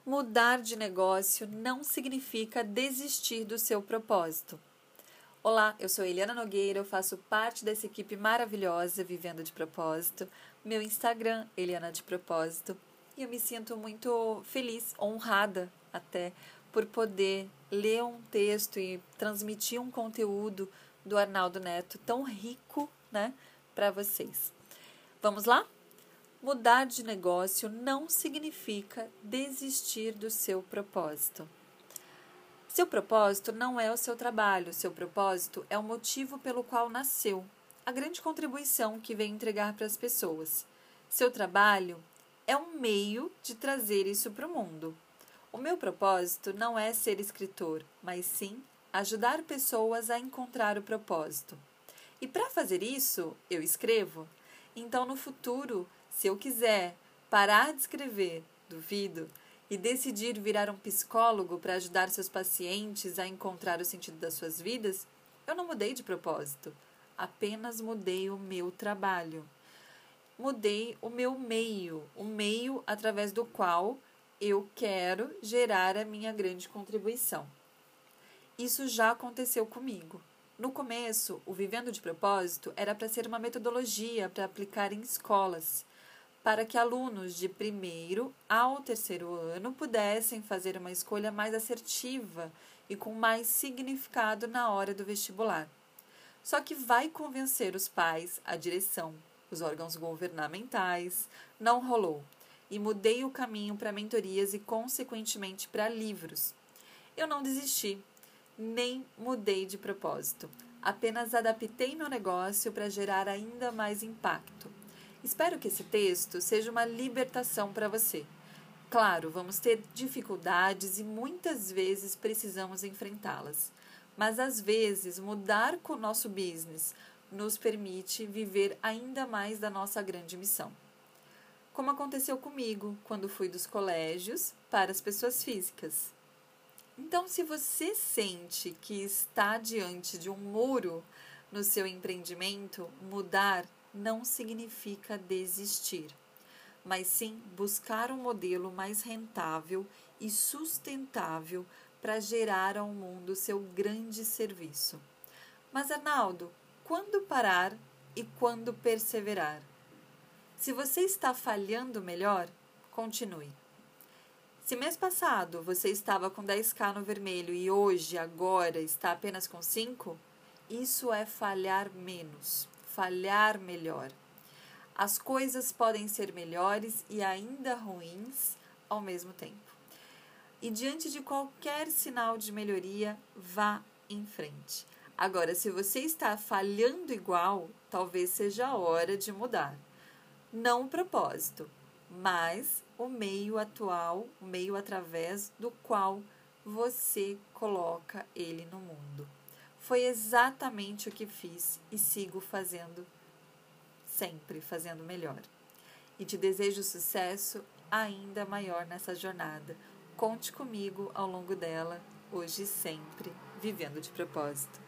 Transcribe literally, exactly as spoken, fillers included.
Mudar de negócio não significa desistir do seu propósito. Olá, eu sou Eliana Nogueira, eu faço parte dessa equipe maravilhosa Vivendo de Propósito. Meu Instagram, Eliana de Propósito. E eu me sinto muito feliz, honrada até, por poder ler um texto e transmitir um conteúdo do Arnaldo Neto tão rico, né, para vocês. Vamos lá? Mudar de negócio não significa desistir do seu propósito. Seu propósito não é o seu trabalho, seu propósito é o motivo pelo qual nasceu, a grande contribuição que vem entregar para as pessoas. Seu trabalho é um meio de trazer isso para o mundo. O meu propósito não é ser escritor, mas sim ajudar pessoas a encontrar o propósito. E para fazer isso, eu escrevo. Então, no futuro, se eu quiser parar de escrever, duvido, e decidir virar um psicólogo para ajudar seus pacientes a encontrar o sentido das suas vidas, eu não mudei de propósito, apenas mudei o meu trabalho. Mudei o meu meio, o meio através do qual eu quero gerar a minha grande contribuição. Isso já aconteceu comigo. No começo, o Vivendo de Propósito era para ser uma metodologia para aplicar em escolas, para que alunos de primeiro ao terceiro ano pudessem fazer uma escolha mais assertiva e com mais significado na hora do vestibular. Só que vai convencer os pais, a direção, os órgãos governamentais, não rolou. E mudei o caminho para mentorias e, consequentemente, para livros. Eu não desisti, nem mudei de propósito. Apenas adaptei meu negócio para gerar ainda mais impacto. Espero que esse texto seja uma libertação para você. Claro, vamos ter dificuldades e muitas vezes precisamos enfrentá-las. Mas às vezes mudar com o nosso business nos permite viver ainda mais da nossa grande missão. Como aconteceu comigo quando fui dos colégios para as pessoas físicas. Então, se você sente que está diante de um muro no seu empreendimento, mudar não significa desistir, mas sim buscar um modelo mais rentável e sustentável para gerar ao mundo seu grande serviço. Mas, Arnaldo, quando parar e quando perseverar? Se você está falhando melhor, continue. Se mês passado você estava com dez mil no vermelho e hoje, agora, está apenas com cinco, isso é falhar menos, falhar melhor. As coisas podem ser melhores e ainda ruins ao mesmo tempo. E diante de qualquer sinal de melhoria, vá em frente. Agora, se você está falhando igual, talvez seja a hora de mudar. Não o propósito, mas o meio atual, o meio através do qual você coloca ele no mundo. Foi exatamente o que fiz e sigo fazendo, sempre fazendo melhor. E te desejo sucesso ainda maior nessa jornada. Conte comigo ao longo dela, hoje e sempre, vivendo de propósito.